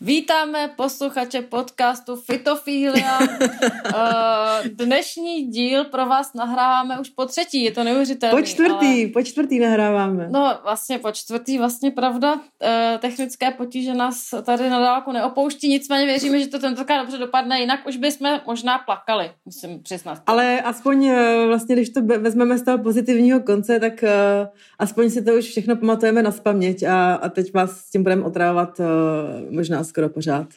Vítáme posluchače podcastu Fitofilia. Dnešní díl pro vás nahráváme už po třetí, je to neuvěřitelné. Po čtvrtý nahráváme. No vlastně po čtvrtý, vlastně pravda. Technické potíže nás tady na dálku neopouští, nicméně věříme, že to tentokrát dobře dopadne, jinak už bychom možná plakali, musím přiznat. Ale aspoň vlastně, když to vezmeme z toho pozitivního konce, tak aspoň si to už všechno pamatujeme nazpaměť a teď vás s tím budeme otravovat možná skoro pořád.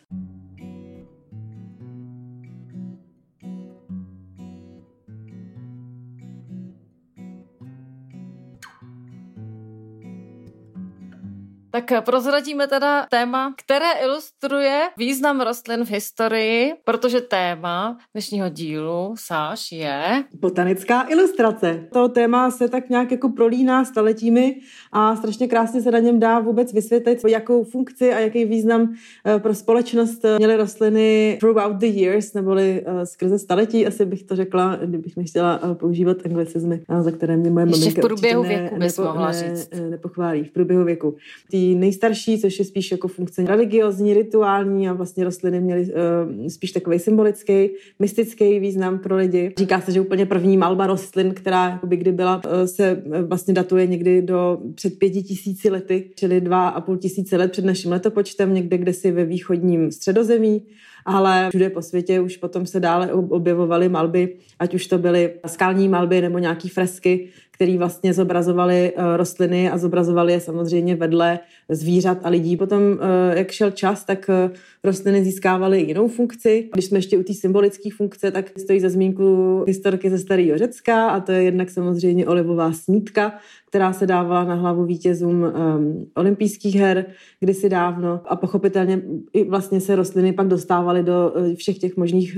Tak prozradíme teda téma, které ilustruje význam rostlin v historii, protože téma dnešního dílu, Sáš, je... botanická ilustrace. To téma se tak nějak jako prolíná staletími a strašně krásně se na něm dá vůbec vysvětlit, jakou funkci a jaký význam pro společnost měly rostliny throughout the years, neboli skrze staletí, asi bych to řekla, kdybych nechtěla používat anglicizmy, za které mě moje maminka ještě v průběhu věku bys mohla říct. Nepochválí, v průběhu věku. Nejstarší, což je spíš jako funkce religiozní, rituální a vlastně rostliny měly spíš takový symbolický, mystický význam pro lidi. Říká se, že úplně první malba rostlin, která jakoby kdy byla, se vlastně datuje někdy do před 5000 lety, čili 2500 let před naším letopočtem, někde kdesi ve východním Středozemí, ale všude po světě už potom se dále objevovaly malby, ať už to byly skalní malby nebo nějaký fresky, které vlastně zobrazovaly rostliny a zobrazovaly je samozřejmě vedle zvířat a lidí. Potom, jak šel čas, tak rostliny získávaly jinou funkci. Když jsme ještě u té symbolické funkce, tak stojí za zmínku historky ze starého Řecka a to je jednak samozřejmě olivová snídka, která se dávala na hlavu vítězům olympijských her kdysi dávno a pochopitelně i vlastně se rostliny pak dostávaly do všech těch možných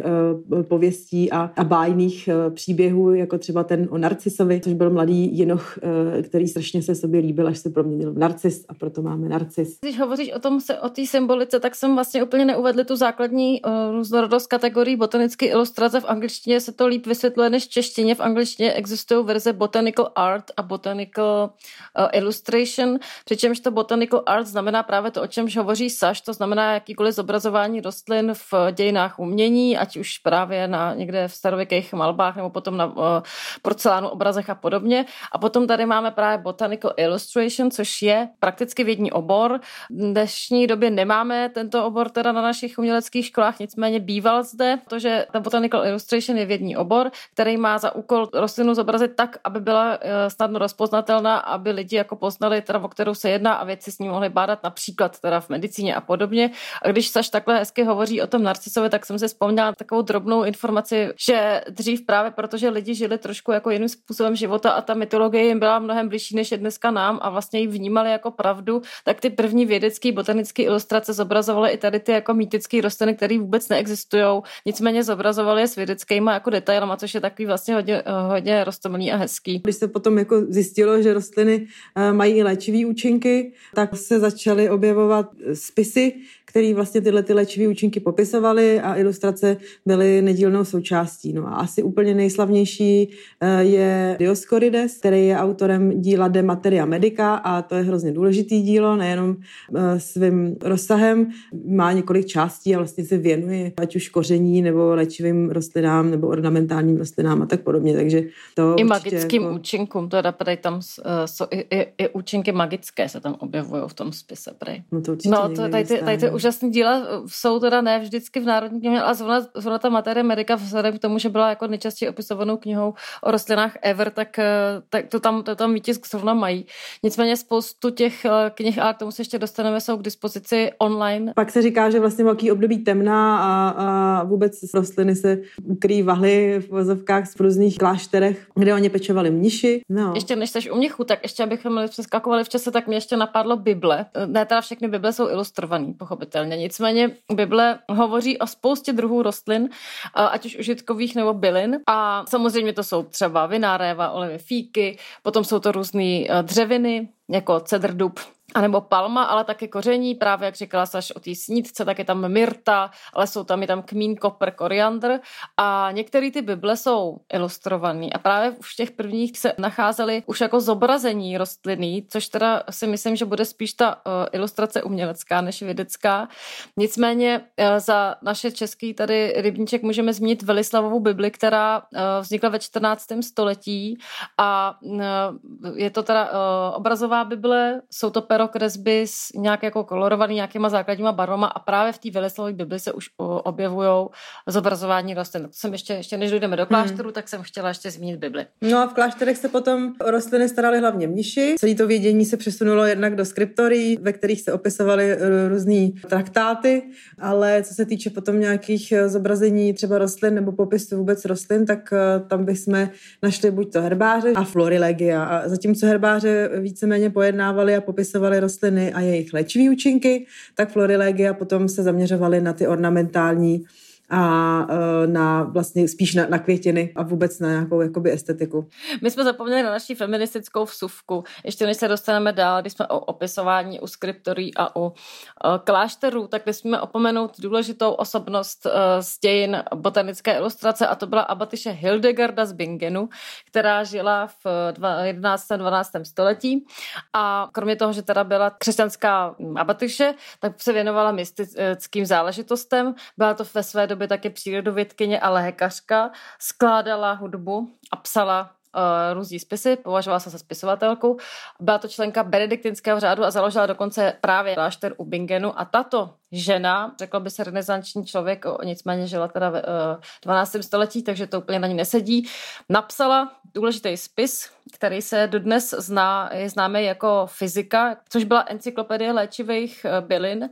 pověstí a bájných příběhů, jako třeba ten o Narcisovi, což byl mladý jinoch, který strašně se sobě líbil, až se proměnil v narcis a proto máme narcis. Když hovoříš o té symbolice, tak jsem vlastně úplně neuvedli tu základní různorodost kategorií botanické ilustrace. V angličtině se to líp vysvětluje než v češtině. V angličtině existují verze botanical art a botanical illustration, přičemž to botanical art znamená právě to, o čemž hovoří Saš, to znamená jakýkoliv zobrazování rostlin v dějinách umění, ať už právě na někde v starověkých malbách nebo potom na porcelánu, obrazech a podobně. A potom tady máme právě botanical illustration, což je prakticky vědní obor. V dnešní době nemáme tento obor teda na našich uměleckých školách, nicméně býval zde, protože ta botanical illustration je vědní obor, který má za úkol rostlinu zobrazit tak, aby byla snadno rozpoznatelná, aby lidi jako poznali, teda, o kterou se jedná a věci s ní mohli bádat, například teda v medicíně a podobně. A když Saš takhle hezky hovoří o tom narcisovi, tak jsem si vzpomněla takovou drobnou informaci, že dřív právě protože lidi žili trošku jako jiným způsobem života a ta mytologie jim byla mnohem blížší než je dneska nám a vlastně ji vnímali jako pravdu, tak ty první vědecké botanické ilustrace zobrazovaly i tady ty jako mýtické rostliny, které vůbec neexistují, nicméně zobrazovaly je s vědeckýma jako detailama, což je takový vlastně hodně roztomilý a hezký. Když se potom jako zjistilo, že rostliny mají i léčivý účinky, tak se začaly objevovat spisy, které vlastně tyhle ty léčivé účinky popisovaly a ilustrace byly nedílnou součástí. No a asi úplně nejslavnější je Dioscorides, který je autorem díla De Materia Medica a to je hrozně důležitý dílo, nejenom svým rozsahem, má několik částí a vlastně se věnuje ať už koření nebo léčivým rostlinám nebo ornamentálním rostlinám a tak podobně. Takže to i magickým jako účinkům, teda prej tam i účinky magické se tam objevují v tom spise, prej. No to určitě tady ty úžasné díla jsou teda ne vždycky v Národní knihovně, ale zrovna ta Materia Medica vzhledem k tomu, že byla jako nejčastěji opisovanou knihou o rostlinách ever, tak to tam výtisk zrovna mají. Nicméně spoustu těch knih, ale k tomu se ještě dostaneme, jsou k dispozici online. Pak se říká, že vlastně velký období temna a vůbec rostliny se ukrývaly v vozovkách v různých klášterech, kde oni pečovali mniši. No. Ještě než jsi u mnichů, tak ještě abychom přeskakovali v čase, tak mě ještě napadlo Bible. Ne, teda všechny Bible jsou ilustrovaný, pochopitelně. Nicméně Bible hovoří o spoustě druhů rostlin, ať už užitkových nebo bylin. A samozřejmě to jsou třeba viná, réva, olivy, fíky, potom jsou to různé dřeviny, jako cedr, dub, anebo palma, ale taky koření, právě jak říkala Saš o té snídce, tak je tam myrta, ale jsou tam i tam kmín, kopr, koriandr a některé ty bible jsou ilustrované a právě už v těch prvních se nacházely už jako zobrazení rostlinný, což teda si myslím, že bude spíš ta ilustrace umělecká než vědecká. Nicméně za naše český tady rybníček můžeme zmínit Velislavovu bibli, která vznikla ve 14. století a je to teda obrazová bible, jsou to perokresby nějak jako kolorovaný nějakýma základníma barvama a právě v té Velislavové bibli se už objevujou zobrazování rostlin. To jsem ještě než dojdeme do klášteru, tak jsem chtěla ještě zmínit Bibli. No a v klášterech se potom o rostliny starali hlavně mniši. Celé to vědění se přesunulo jednak do skriptorií, ve kterých se opisovaly různý traktáty, ale co se týče potom nějakých zobrazení třeba rostlin nebo popisu vůbec rostlin, tak tam bychom našli buď to herbáře a florilegia. A zatímco herbáře víceméně pojednávali a popisovali rostliny a jejich léčivý účinky, tak florilegia potom se zaměřovaly na ty ornamentální a na vlastně spíš na květiny a vůbec na nějakou jakoby estetiku. My jsme zapomněli na naši feministickou vsuvku. Ještě než se dostaneme dál, když jsme o opisování u skriptorií a u klášterů, tak nesmíme opomenout důležitou osobnost z dějin botanické ilustrace a to byla abatyše Hildegarda z Bingenu, která žila v 11. a 12. století a kromě toho, že teda byla křesťanská abatyše, tak se věnovala mystickým záležitostem. Byla to ve své době taky přírodovědkyně a lékařka, skládala hudbu a psala různý spisy, považovala se za spisovatelku. Byla to členka benediktinského řádu a založila dokonce právě klášter u Bingenu a tato žena, řekla by se renesanční člověk, nicméně žila teda ve 12. století, takže to úplně na ní nesedí, napsala důležitý spis, který se dodnes je známý jako Fyzika, což byla encyklopedie léčivých bylin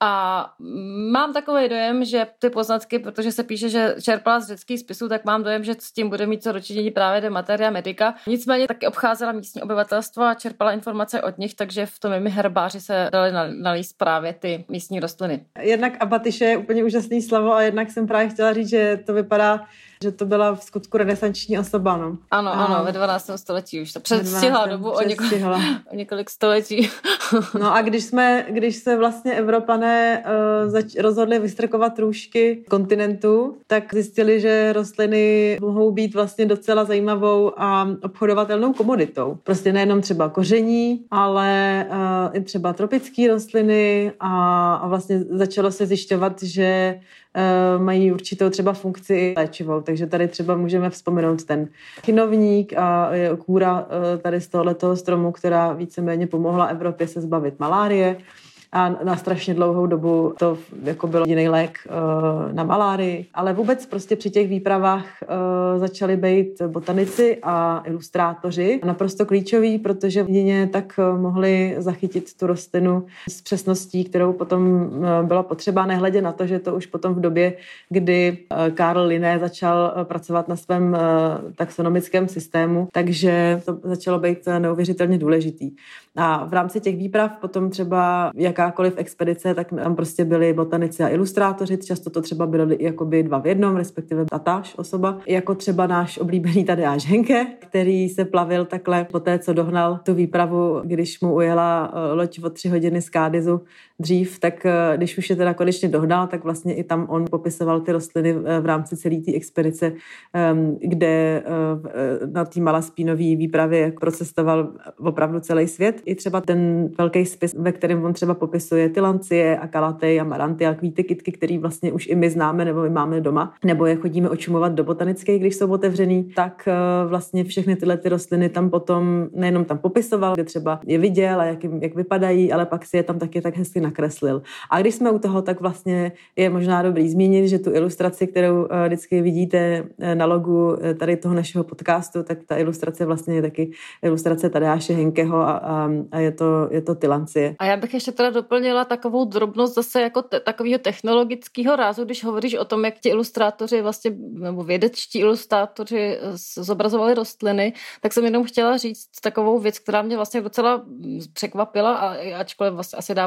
a mám takový dojem, že ty poznatky, protože se píše, že čerpala z řeckých spisů, tak mám dojem, že s tím bude mít co dočinění právě de materia medica. Nicméně taky obcházela místní obyvatelstvo a čerpala informace od nich, takže v tom mými herbáři se dali nalíst právě ty místní rostliny. Jednak abatyše je úplně úžasný slovo a jednak jsem právě chtěla říct, že to vypadá, že to byla v skutku renesanční osoba, no. Ano, ve 12. století už to předstihla dobu o několik století. No a když se vlastně Evropané rozhodli vystrkovat růžky kontinentu, tak zjistili, že rostliny mohou být vlastně docela zajímavou a obchodovatelnou komoditou. Prostě nejenom třeba koření, ale i třeba tropické rostliny a vlastně začalo se zjišťovat, že mají určitou třeba funkci léčivou. Takže tady třeba můžeme vzpomenout ten kinovník a kůra tady z tohoto stromu, která víceméně pomohla Evropě se zbavit malárie. A na strašně dlouhou dobu to jako byl jediný lék na malárii. Ale vůbec prostě při těch výpravách začali být botanici a ilustrátoři naprosto klíčoví, protože jedině tak mohli zachytit tu rostlinu s přesností, kterou potom bylo potřeba, nehledě na to, že to už potom v době, kdy Carl Linné začal pracovat na svém taxonomickém systému, takže to začalo být neuvěřitelně důležitý. A v rámci těch výprav potom třeba jakákoliv expedice, tak tam prostě byli botanici a ilustrátoři, často to třeba byly jakoby dva v jednom, respektive tatáž osoba, jako třeba náš oblíbený Tadeáš Henke, který se plavil takhle poté, co dohnal tu výpravu, když mu ujela loď o 3 hodiny z Cádizu dřív, tak když už je teda konečně dohnal, tak vlastně i tam on popisoval ty rostliny v rámci celé té expedice, kde na té Malaspínové výpravě procestoval opravdu celý svět. I třeba ten velký spis, ve kterém on třeba popisuje tylancie a kalatej a maranty a kvíty kytky, který vlastně už i my známe nebo my máme doma, nebo je chodíme očumovat do botanické, když jsou otevřený, tak vlastně všechny tyhle ty rostliny tam potom nejenom tam popisoval, kde třeba je viděl a jak vypadají, ale pak si je tam taky tak hezky nakreslil. A když jsme u toho, tak vlastně je možná dobrý zmínit, že tu ilustraci, kterou vždycky vidíte na logu tady toho našeho podcastu, tak ta ilustrace vlastně je taky ilustrace Tadeáše Henkeho a je to tylancie. A já bych ještě teda doplnila takovou drobnost zase jako takového technologického rázu, když hovoříš o tom, jak ti ilustrátoři vlastně, nebo vědečtí ilustrátoři zobrazovali rostliny, tak jsem jenom chtěla říct takovou věc, která mě vlastně docela překvapila, a ačkoliv vlastně asi dává smysl,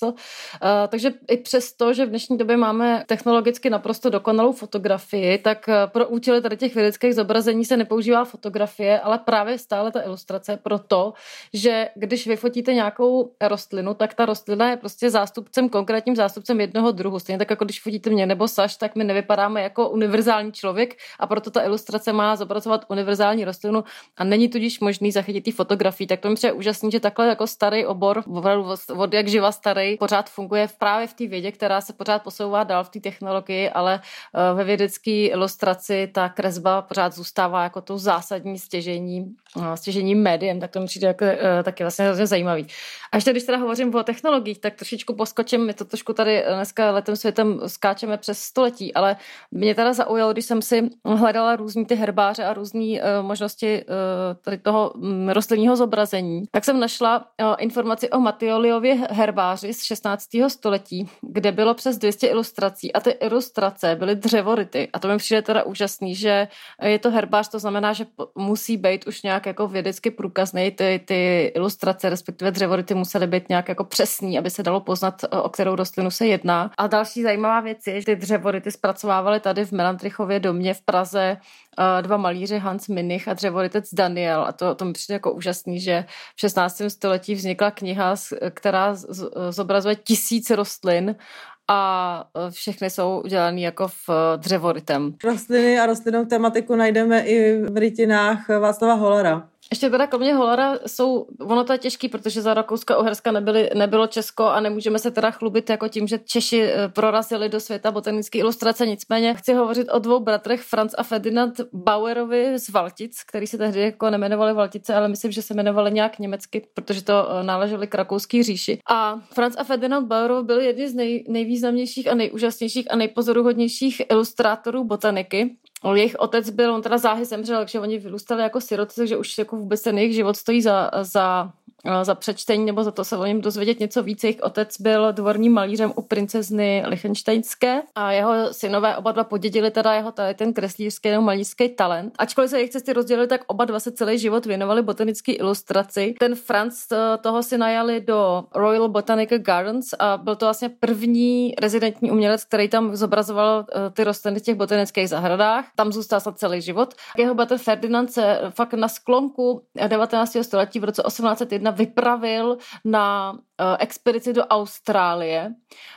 smysl. Takže i přesto, že v dnešní době máme technologicky naprosto dokonalou fotografii, tak pro účely tady těch vědeckých zobrazení se nepoužívá fotografie, ale právě stále ta ilustrace proto, že když vyfotíte nějakou rostlinu, tak ta rostlina je prostě konkrétním zástupcem jednoho druhu. Stejně tak, jako když fotíte mě nebo Saš, tak my nevypadáme jako univerzální člověk a proto ta ilustrace má zobrazovat univerzální rostlinu a není tudíž možný zachytit ty fotografii. Tak to mi přijde úžasný, že takhle jako starý obor, od jak živa starý, pořád funguje právě v té vědě, která se pořád posouvá dál v té technologii, ale ve vědecké ilustraci ta kresba pořád zůstává jako tou zásadní stěžejním médiem, tak to mi přijde jako, taky vlastně hrozně zajímavý. A ještě když teda hovořím o technologiích, tak trošičku poskočím, my to trošku tady dneska letem světem skáčeme přes století, ale mě teda zaujalo, když jsem si hledala různý ty herbáře a různé možnosti tady toho rostlinního zobrazení, tak jsem našla informaci o Mattioliově herbáři z 16. století, kde bylo přes 200 ilustrací a ty ilustrace byly dřevoryty a to mi přijde teda úžasný, že je to herbář, to znamená, že musí být už nějak jako vědecky průkazný, ty ilustrace, respektive dřevoryty musely být nějak jako přesný, aby se dalo poznat, o kterou rostlinu se jedná. A další zajímavá věc je, že ty dřevoryty zpracovávali tady v Melantrichově domě v Praze dva malíři Hans Minich a dřevorytec Daniel a to mi přijde jako úžasný, že v 16. století vznikla kniha, která zobrazuje 1000 rostlin a všechny jsou udělané jako v dřevorytem. Rostliny a rostlinnou tematiku najdeme i v rytinách Václava Hollara. Ještě teda kromě Hollara ono to je těžký, protože za Rakouska-Uherska nebylo Česko a nemůžeme se teda chlubit jako tím, že Češi prorazili do světa botanické ilustrace. Nicméně chci hovořit o dvou bratrech, Franz a Ferdinand Bauerovi z Valtic, který se tehdy jako nemenovali Valtice, ale myslím, že se jmenovali nějak německy, protože to náleželi k Rakouské říši. A Franz a Ferdinand Bauerov byli jedni z nejvýznamnějších a nejúžasnějších a nejpozoruhodnějších ilustrátorů botaniky. Jejich otec on teda záhy zemřel, takže oni vyrůstali jako siroci, takže už jako vůbec ten jejich život stojí za přečtení nebo za to se o něm dozvědět něco víc. Jejich otec byl dvorním malířem u princezny Lichtenštejnské a jeho synové oba dva podědili teda ten kreslířský nebo malířský talent. Ačkoliv se jejich cesty rozdělili, tak oba dva se celý život věnovali botanické ilustraci. Ten Franz toho si najali do Royal Botanical Gardens a byl to vlastně první rezidentní umělec, který tam zobrazoval ty rostliny v těch botanických zahradách. Tam zůstal celý život. Jeho bratr Ferdinand se fakt na sklonku 19. století v roce 1801 vypravil na expedici do Austrálie,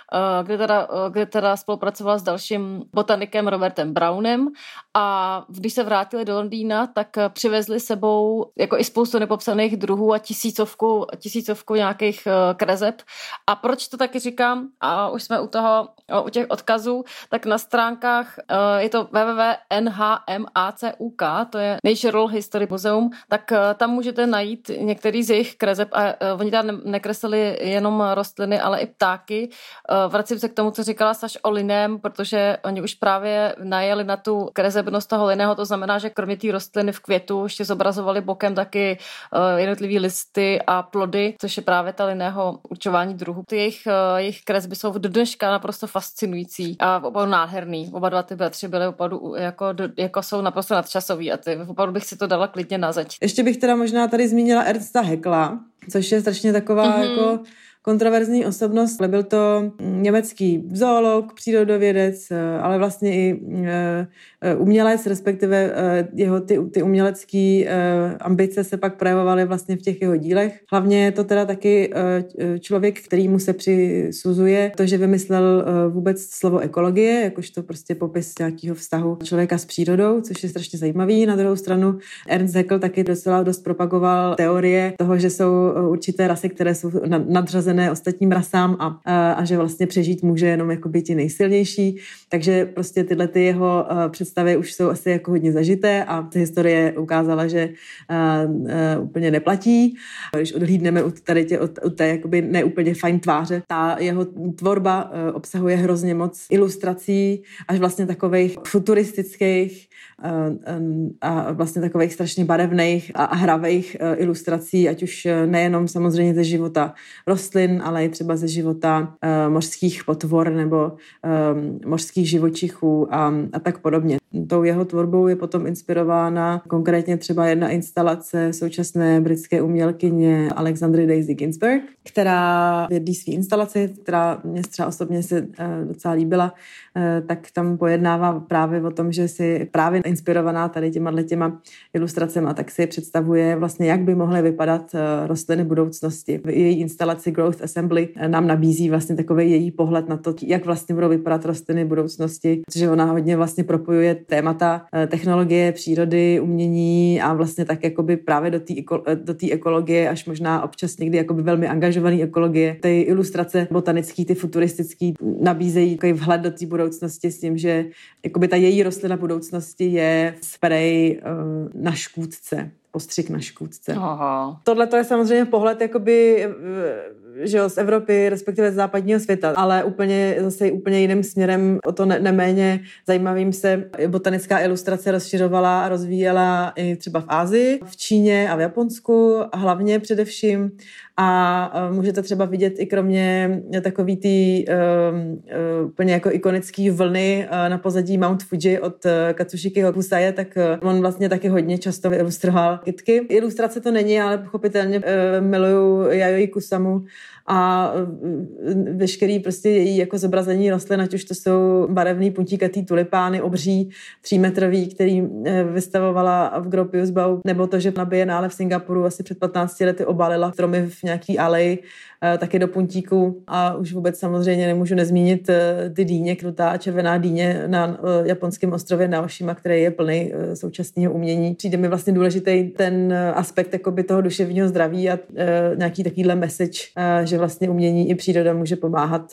kde teda spolupracoval s dalším botanikem Robertem Brownem a když se vrátili do Londýna, tak přivezli sebou jako i spoustu nepopsaných druhů a tisícovku nějakých kreseb. A proč to taky říkám, a už jsme u těch odkazů, tak na stránkách je to www.nhmacuk, to je Natural History Museum, tak tam můžete najít některý z jejich kreseb a oni tam nekreslili jenom rostliny, ale i ptáky. Vracím se k tomu, co říkala Saš o linném, protože oni už právě najeli na tu kresebnost toho linného, to znamená, že kromě té rostliny v květu ještě zobrazovali bokem taky jednotlivý listy a plody, což je právě ta linného určování druhu. Ty jejich kresby jsou do dneška naprosto fascinující a opravdu nádherný. Oba dva ty bratři byly opravdu jako jsou naprosto nadčasový a opravdu bych si to dala klidně na zeď. Ještě bych teda možná tady zmínila Ernsta Haeckela, což je strašně taková jako kontroverzní osobnost. Byl to německý zoolog, přírodovědec, ale vlastně i umělec, respektive jeho ty umělecké ambice se pak projevovaly vlastně v těch jeho dílech. Hlavně je to teda taky člověk, kterýmu se přisuzuje to, že vymyslel vůbec slovo ekologie, jakožto prostě popis nějakého vztahu člověka s přírodou, což je strašně zajímavý. Na druhou stranu Ernst Haeckel taky docela dost propagoval teorie toho, že jsou určité rasy, které jsou nadřazené ostatním rasám a že vlastně přežít může jenom jako být ti nejsilnější. Takže prostě tyhle ty jeho představy už jsou asi jako hodně zažité a ta historie ukázala, že úplně neplatí. Když odhlídneme od té jakoby neúplně fajn tváře, ta jeho tvorba obsahuje hrozně moc ilustrací, až vlastně takových futuristických a vlastně takových strašně barevných a hravých ilustrací, ať už nejenom samozřejmě ze života rostlin, ale i třeba ze života mořských potvor nebo mořských živočichů a tak podobně. tou jeho tvorbou je potom inspirována konkrétně třeba jedna instalace současné britské umělkyně Alexandry Daisy Ginsberg, která v jedné své instalaci, která mě třeba osobně se docela líbila, tak tam pojednává právě o tom, že si právě inspirovaná tady těma ilustracema, tak si představuje vlastně, jak by mohly vypadat rostliny budoucnosti. V její instalaci Growth Assembly nám nabízí vlastně takový její pohled na to, jak vlastně budou vypadat rostliny budoucnosti, protože ona hodně vlastně propojuje témata technologie, přírody, umění a vlastně tak jakoby právě do té ekologie, až možná občas někdy jakoby velmi angažovaný ekologie. Ty ilustrace botanický, ty futuristický nabízejí takový vhled do té budoucnosti s tím, že jakoby ta její rostlina budoucnosti je sprej na škůdce. Postřik na škůdce. Tohle to je samozřejmě pohled jakoby, že jo, z Evropy, respektive z západního světa, ale úplně jiným směrem, o to neméně zajímavým se botanická ilustrace rozšiřovala a rozvíjela i třeba v Asii, v Číně a v Japonsku a hlavně především. A můžete třeba vidět i kromě takový ty úplně jako ikonický vlny na pozadí Mount Fuji od Katsushiki Hokusaye, tak on vlastně taky hodně často ilustroval kytky. Ilustrace to není, ale pochopitelně miluju Yayoi Kusamu a veškerý prostě její jako zobrazení rostlin, ať už to jsou barevný puntíkatý tulipány, obří 3metrový, který vystavovala v Gropiusbau, nebo to, že na Biennále v Singapuru asi před 15 lety obalila stromy v nějaký aleji, taky do puntíku a už vůbec samozřejmě nemůžu nezmínit ty dýně, krutá a červená dýně na japonském ostrově Naoshima, který je plný současného umění. Přijde mi vlastně důležitý ten aspekt jakoby toho duševního zdraví a nějaký takovýhle message, že vlastně umění i příroda může pomáhat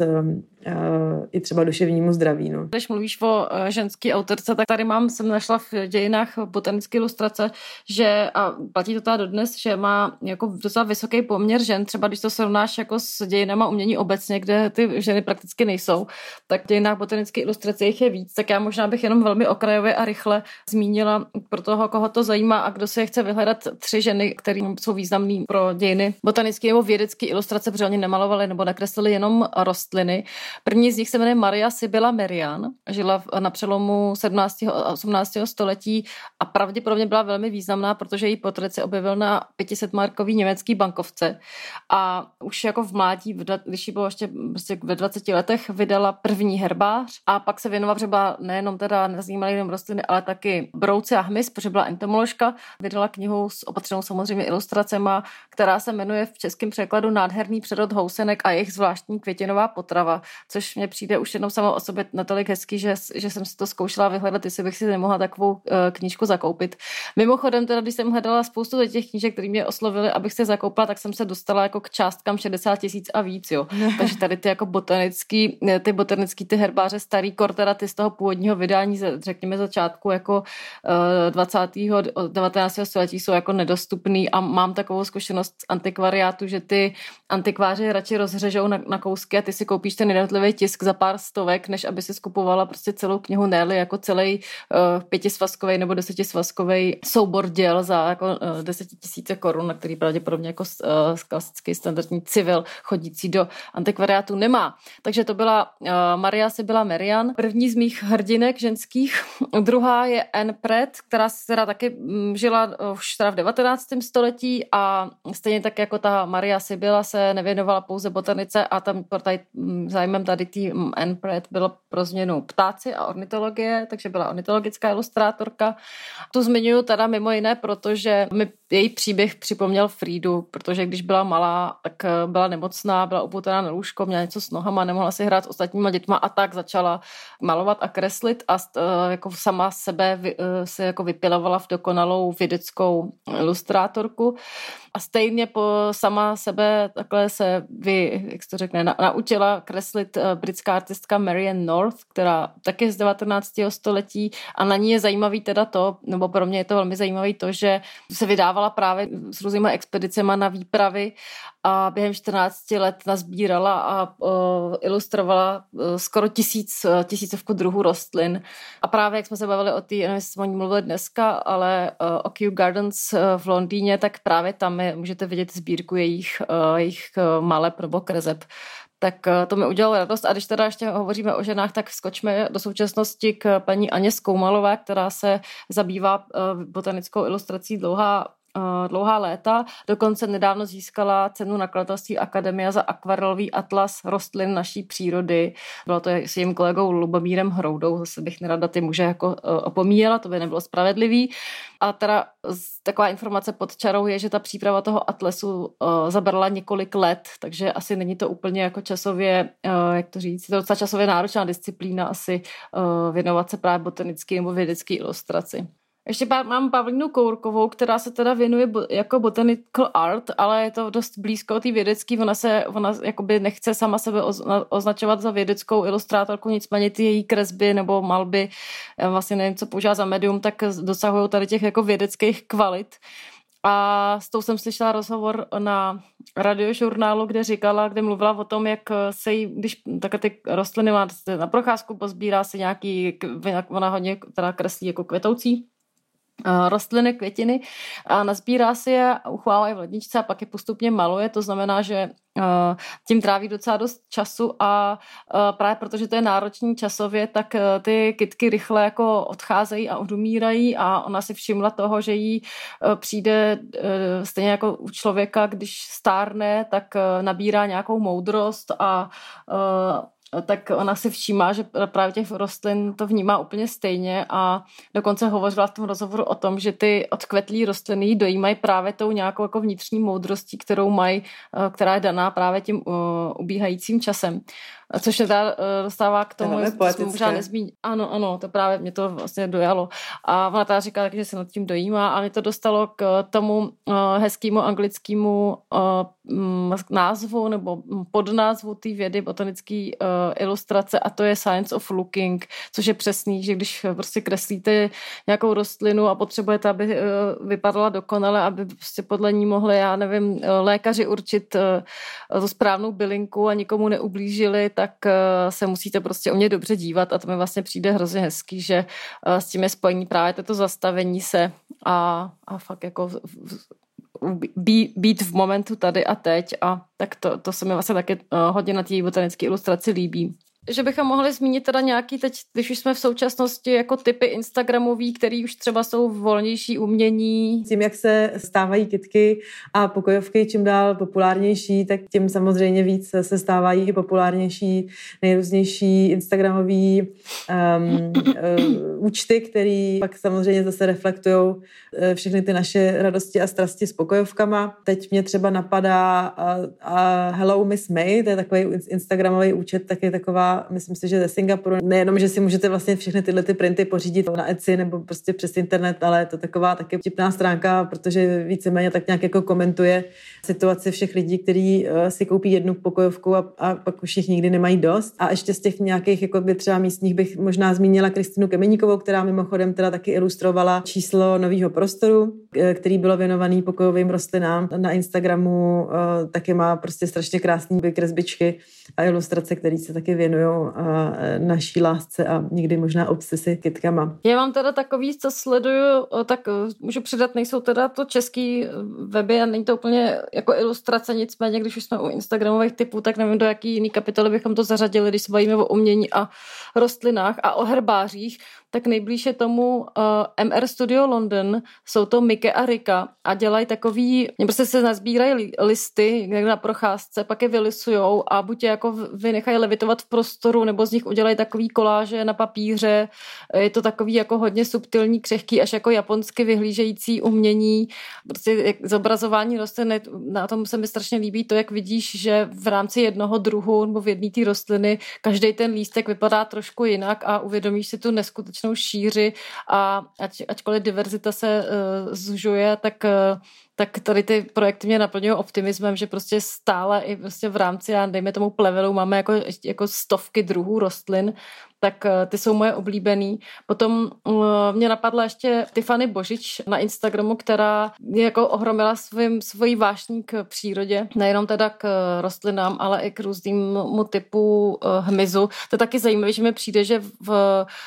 i třeba duševnímu zdraví. No. Když mluvíš o ženský autorce, tak tady jsem našla v dějinách botanické ilustrace, že, a platí to teda dodnes, že má jako docela vysoký poměr žen, třeba když to srovnáš jako s dějinama umění obecně, kde ty ženy prakticky nejsou, tak v dějinách botanické ilustrace jich je víc, tak já možná bych jenom velmi okrajově a rychle zmínila pro toho, koho to zajímá a kdo si je chce vyhledat 3 ženy, které jsou významné pro dějiny botanické nebo vědecké ilustrace, protože oni nemalovali nebo nakreslili jenom rostliny. První z nich se jmenuje Maria Sibylla Merian, žila na přelomu 17. a 18. století a pravděpodobně byla velmi významná, protože její portrét se objevil na 500markový německý bankovce a už jako v mládí, když jí bylo ještě prostě ve 20 letech, vydala první herbář a pak se věnovala třeba nejenom teda nezajímaly jenom rostliny, ale taky brouci a hmyz, protože byla entomoložka, vydala knihu s opatřenou samozřejmě ilustracema, která se jmenuje v českém překladu Nádherný přírod housenek a jejich zvláštní květinová potrava, což mně přijde už jenom samo o sobě natolik hezký, že jsem si to zkoušela vyhledat, jestli bych si nemohla takovou knížku zakoupit. Mimochodem, teda, když jsem hledala spoustu těch knížek, které mě oslovily, abych si zakoupila, tak jsem se dostala jako k částkám 60 000 a víc, jo. Takže tady ty jako botanický ty herbáře starý Cortera, ty z toho původního vydání, řekněme začátku jako 19. století jsou jako nedostupný a mám takovou zkušenost z antikvariátu, že ty antikváři radši rozřežou na kousky a ty si koupíš ten jednotlivý tisk za pár stovek, než aby si skupovala prostě celou knihu, ne-li jako celý 5svazkový nebo 10svazkový soubor děl za jako 10 000 korun, na který pravděpodobně jako klasický standardní civil chodící do antikvariátu nemá. Takže to byla Maria Sibylla Merian, první z mých hrdinek ženských. Druhá je Anne Pratt, která teda taky žila už teda v 19. století a stejně tak jako ta Maria Sibylla se nevěnovala pouze botanice a tam zájmem tady tý Anne Pratt bylo pro změnu ptáci a ornitologie, takže byla ornitologická ilustrátorka. Tu zmiňuji teda mimo jiné, protože mi její příběh připomněl Frídu, protože když byla malá, tak byla nemocná, byla upoutaná na lůžko, měla něco s nohama, nemohla si hrát s ostatníma dětma a tak začala malovat a kreslit a jako sama sebe se jako vypilovala v dokonalou vědeckou ilustrátorku. A stejně sama sebe takhle se jak se to řekne, naučila kreslit britská artistka Marianne North, která taky z 19. století a na ní je zajímavý teda to, nebo pro mě je to velmi zajímavý to, že se vydávala právě s různými expedicema na výpravy a během 14 let nazbírala a ilustrovala skoro tisícovku druhů rostlin. A právě jak jsme se bavili nevím, jestli jsme o ní mluvili dneska, ale o Kew Gardens v Londýně, tak právě tam můžete vidět sbírku jejich maleb nebo kreseb Tak to mi udělalo radost. A když teda ještě hovoříme o ženách, tak skočme do současnosti k paní Aně Skoumalové, která se zabývá botanickou ilustrací dlouhá léta. Dokonce nedávno získala cenu nakladatelství Akademia za akvarelový atlas rostlin naší přírody. Bylo to s jejím kolegou Lubomírem Hroudou. Zase bych nerada ty muže jako opomíjela, to by nebylo spravedlivý. A teda taková informace pod čarou je, že ta příprava toho atlasu zabrala několik let, takže asi není to úplně jako časově, jak to říct, je to docela časově náročná disciplína asi věnovat se právě botanické nebo vědecké ilustraci. Ještě mám Pavlínu Kourkovou, která se teda věnuje jako botanical art, ale je to dost blízko té vědecký. Ona jakoby nechce sama sebe označovat za vědeckou ilustrátorku, nicméně ty její kresby nebo malby, vlastně nevím, co používá za medium, tak dosahují tady těch jako vědeckých kvalit. A s tou jsem slyšela rozhovor na radiožurnálu, kde mluvila o tom, jak se jí, když takhle ty rostliny má na procházku, pozbírá si nějaký, ona hodně teda kreslí jako kvetoucí rostliny, květiny a nazbírá si je, uchválá je v ledničce a pak je postupně maluje, to znamená, že tím tráví docela dost času a právě protože to je náročný časově, tak ty kytky rychle jako odcházejí a odumírají a ona si všimla toho, že jí přijde stejně jako u člověka, když stárne, tak nabírá nějakou moudrost a tak ona si všímá, že právě těch rostlin to vnímá úplně stejně a dokonce hovořila v tom rozhovoru o tom, že ty odkvetlý rostliny dojímají právě tou nějakou jako vnitřní moudrostí, kterou mají, která je daná právě tím ubíhajícím časem. Což mě teda dostává k tomu, že jsem možná nezmínit. Ano, to právě mě to vlastně dojalo. A ona teda říká, že se nad tím dojímá a mě to dostalo k tomu hezkému anglickému názvu nebo podnázvu té vědy botanické ilustrace a to je Science of Looking, což je přesný, že když prostě kreslíte nějakou rostlinu a potřebujete, aby vypadala dokonale, aby prostě podle ní mohli, já nevím, lékaři určit tu správnou bylinku a nikomu neublížili, tak se musíte prostě o ně dobře dívat a to mi vlastně přijde hrozně hezký, že s tím je spojení právě toto zastavení se a fakt jako být v momentu tady a teď a tak to se mi vlastně taky hodně na té botanické ilustraci líbí. Že bychom mohli zmínit teda nějaký teď, když už jsme v současnosti jako typy instagramový, který už třeba jsou volnější umění. Tím, jak se stávají kytky a pokojovky čím dál populárnější, tak tím samozřejmě víc se stávají i populárnější nejrůznější instagramový účty, který pak samozřejmě zase reflektují všechny ty naše radosti a strasti s pokojovkama. Teď mě třeba napadá Hello Miss May, to je takový instagramový účet, tak je taková, myslím si, že ze Singapuru. Nejenom, že si můžete vlastně všechny tyhle ty printy pořídit na Etsy nebo prostě přes internet, ale je to taková taky vtipná stránka, protože víceméně tak nějak jako komentuje situaci všech lidí, kteří si koupí jednu pokojovku a pak už jich nikdy nemají dost. A ještě z těch nějakých jako by třeba místních bych možná zmínila Kristinu Kemeníkovou, která mimochodem teda taky ilustrovala číslo Nového prostoru, který bylo věnovaný pokojovým rostlinám na Instagramu. Taky má prostě strašně krásné kresbičky a ilustrace, které se taky věnují naší lásce a někdy možná obsesi kytkama. Já mám teda takový, co sleduju, tak můžu přidat, nejsou teda to český weby a není to úplně jako ilustrace, nicméně, když už jsme u instagramových typů, tak nevím, do jaký jiný kapitoly bychom to zařadili, když se bavíme o umění a rostlinách a o herbářích, tak nejblíž je tomu MR Studio London, jsou to Mike a Rika a dělají takový, prostě se nazbírají listy někde na procházce, pak je vylisujou a buď je jako vynechají levitovat v prostoru, nebo z nich udělají takový koláže na papíře, je to takový jako hodně subtilní, křehký, až jako japonsky vyhlížející umění, prostě zobrazování rostlin, na tom se mi strašně líbí to, jak vidíš, že v rámci jednoho druhu nebo v jedné té rostliny každý ten lístek vypadá trošku jinak a uvědomíš si tu neskutečnou šíři a ačkoliv diverzita se zužuje, tak tady ty projekty mě naplňují optimismem, že prostě stále i prostě v rámci, dejme tomu plevelu, máme jako stovky druhů rostlin, tak ty jsou moje oblíbený. Potom mě napadla ještě Tiffany Božič na Instagramu, která mě jako ohromila svojí vášní k přírodě, nejenom teda k rostlinám, ale i k různému typu hmyzu. To je taky zajímavé, že mi přijde, že v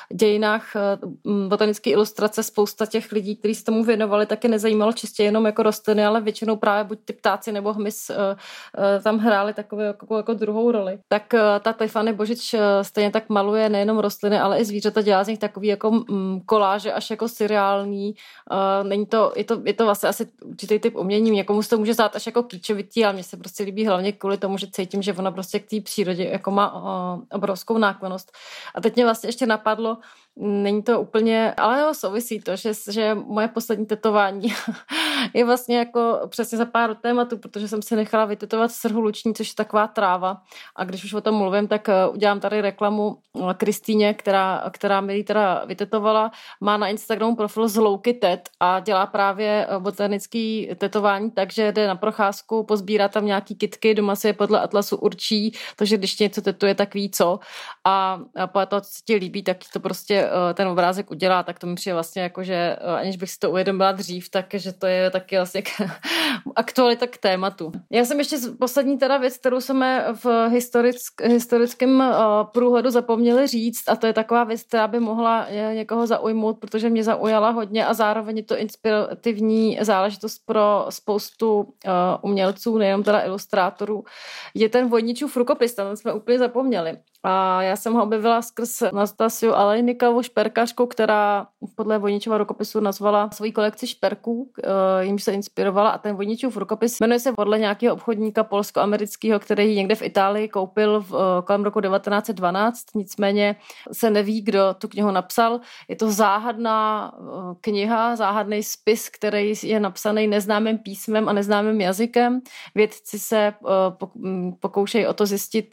dějinách botanické ilustrace spousta těch lidí, kteří se tomu věnovali, taky nezajímalo čistě jenom jako rostliny, ale většinou právě buď ty ptáci nebo hmyz tam hráli takovou jako druhou roli. Tak ta Tiffany Božič stejně tak maluje nejenom rostliny, ale i zvířata, dělá z nich takový jako koláže až jako seriální. Není to, je to vlastně asi určitý typ umění. Někomu se to může zdát až jako kýčovitý, ale mně se prostě líbí hlavně kvůli tomu, že cítím, že ona prostě k té přírodě jako má obrovskou náklonost. A teď mě vlastně ještě napadlo, není to úplně, ale jo, souvisí to, že moje poslední tetování je vlastně jako přesně za pár tématů, protože jsem si nechala vytetovat srhu luční, což je taková tráva. A když už o tom mluvím, tak udělám tady reklamu Kristýně, která mi ji teda vytetovala. Má na Instagramu profil z louky tet a dělá právě botanický tetování, takže jde na procházku, pozbírá tam nějaký kytky, doma si je podle atlasu určí, takže když něco tetuje, tak ví co. A podle toho, co se ti líbí, tak to prostě ten obrázek udělá, tak to mi přijde vlastně jako, že aniž bych si to uvědomila dřív, takže to je taky vlastně aktualita k tématu. Já jsem ještě poslední teda věc, kterou jsme v historickém průhledu zapomněli říct, a to je taková věc, která by mohla někoho zaujmout, protože mě zaujala hodně a zároveň je to inspirativní záležitost pro spoustu umělců, nejenom teda ilustrátorů. Je ten Vojničův rukopis, tam jsme úplně zapomněli. A já jsem ho objevila skrz Nastasiu Alejnikovou, šperkařku, která podle Vojničova rukopisu nazvala svoji kolekci šperků, jimž se inspirovala, a ten Vojničův rukopis jmenuje se podle nějakého obchodníka polsko-amerického, který ji někde v Itálii koupil kolem roku 1912, nicméně se neví, kdo tu knihu napsal. Je to záhadná kniha, záhadný spis, který je napsaný neznámým písmem a neznámým jazykem. Vědci se pokoušejí o to zjistit,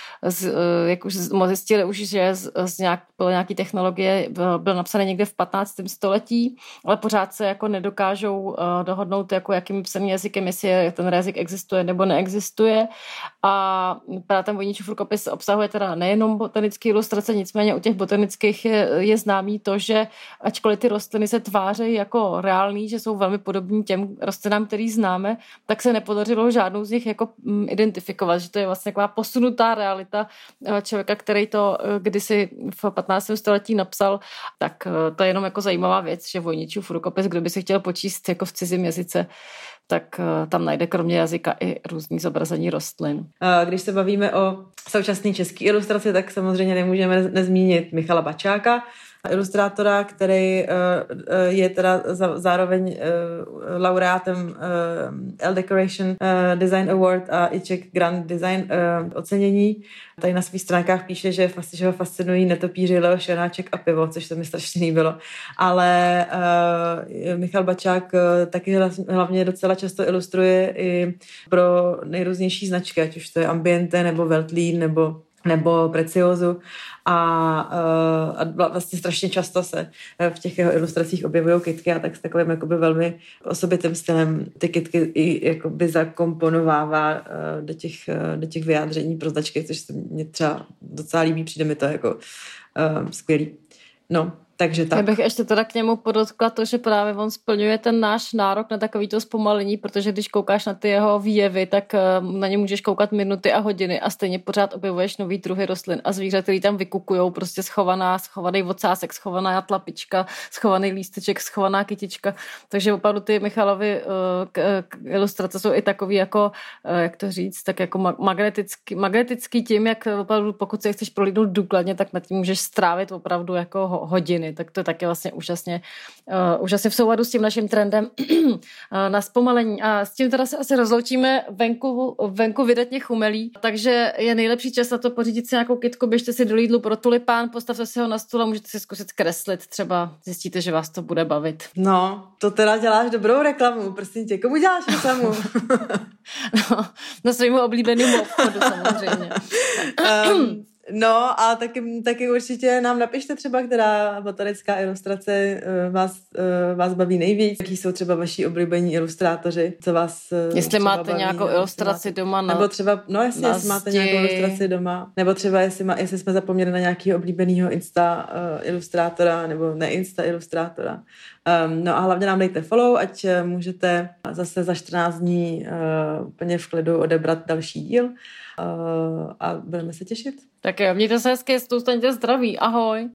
jak už zjistili už, že podle nějaký technologie byl napsaný někde v 15. století, ale pořád se jako nedokážou dohodnout, jako jakým psaným jazykem, jestli ten jazyk existuje nebo neexistuje. A právě ten Vojničův rukopis obsahuje teda nejenom botanické ilustrace, nicméně u těch botanických je známý to, že ačkoliv ty rostliny se tváří jako reální, že jsou velmi podobní těm rostlinám, který známe, tak se nepodařilo žádnou z nich jako identifikovat, že to je vlastně taková posunutá realita člověka, který to kdysi v 15. století napsal, tak to je jenom jako zajímavá věc, že Vojničův rukopis, kdo by si chtěl počíst jako v cizím jazyce, tak tam najde kromě jazyka i různý zobrazení rostlin. Když se bavíme o současné české ilustraci, tak samozřejmě nemůžeme nezmínit Michala Bačáka, ilustrátora, který je teda zároveň laureátem L Decoration Design Award a IČEK Grand Design ocenění. Tady na svých stránkách píše, že ho fascinují netopíři, Leoš Janáček a pivo, což se mi strašně líbilo. Ale Michal Bačák taky hlavně docela často ilustruje i pro nejrůznější značky, ať už to je Ambiente nebo Veltlín nebo Preciosu a vlastně strašně často se v těch jeho ilustracích objevují kytky a tak s takovým jakoby velmi osobitým stylem ty kytky i jakoby zakomponovává do těch vyjádření pro značky, což se mně třeba docela líbí, přijde mi to jako skvělý. No, takže tak. Já bych ještě teda k němu podotkla to, že právě on splňuje ten náš nárok na takovýto zpomalení, protože když koukáš na ty jeho výjevy, tak na ně můžeš koukat minuty a hodiny a stejně pořád objevuješ nový druhy rostlin a zvířat, který tam vykukujou, prostě schovaný ocásek, schovaná tlapička, schovaný lísteček, schovaná kytička. Takže opravdu ty Michalovy ilustrace jsou i takový jako, jak to říct, tak jako magnetický tím, jak opravdu pokud se chceš prolídnout důkladně, tak nad tím můžeš strávit opravdu jako hodiny. Tak to je taky vlastně úžasně v souladu s tím naším trendem na zpomalení. A s tím teda se asi rozloučíme, venku vydatně chumelí, takže je nejlepší čas na to pořídit si nějakou kytku, běžte si do Lidlu pro tulipán, postavte si ho na stůl a můžete si zkusit kreslit, třeba zjistíte, že vás to bude bavit. No, to teda děláš dobrou reklamu, prosím tě, komu děláš reklamu? No, na svýmu oblíbenému obchodu samozřejmě. No a taky určitě nám napište třeba, která botanická ilustrace vás baví nejvíc. Jaký jsou třeba vaši oblíbení ilustrátoři, co vás jestli máte baví, nějakou ilustraci doma nebo třeba, no jestli máte nějakou ilustraci doma, nebo třeba jestli jsme zapomněli na nějakého oblíbeného Insta ilustrátora nebo ne Insta ilustrátora. No a hlavně nám dejte follow, ať můžete zase za 14 dní úplně v klidu odebrat další díl a budeme se těšit. Tak jo, mějte se hezky, zůstaňte zdraví, ahoj.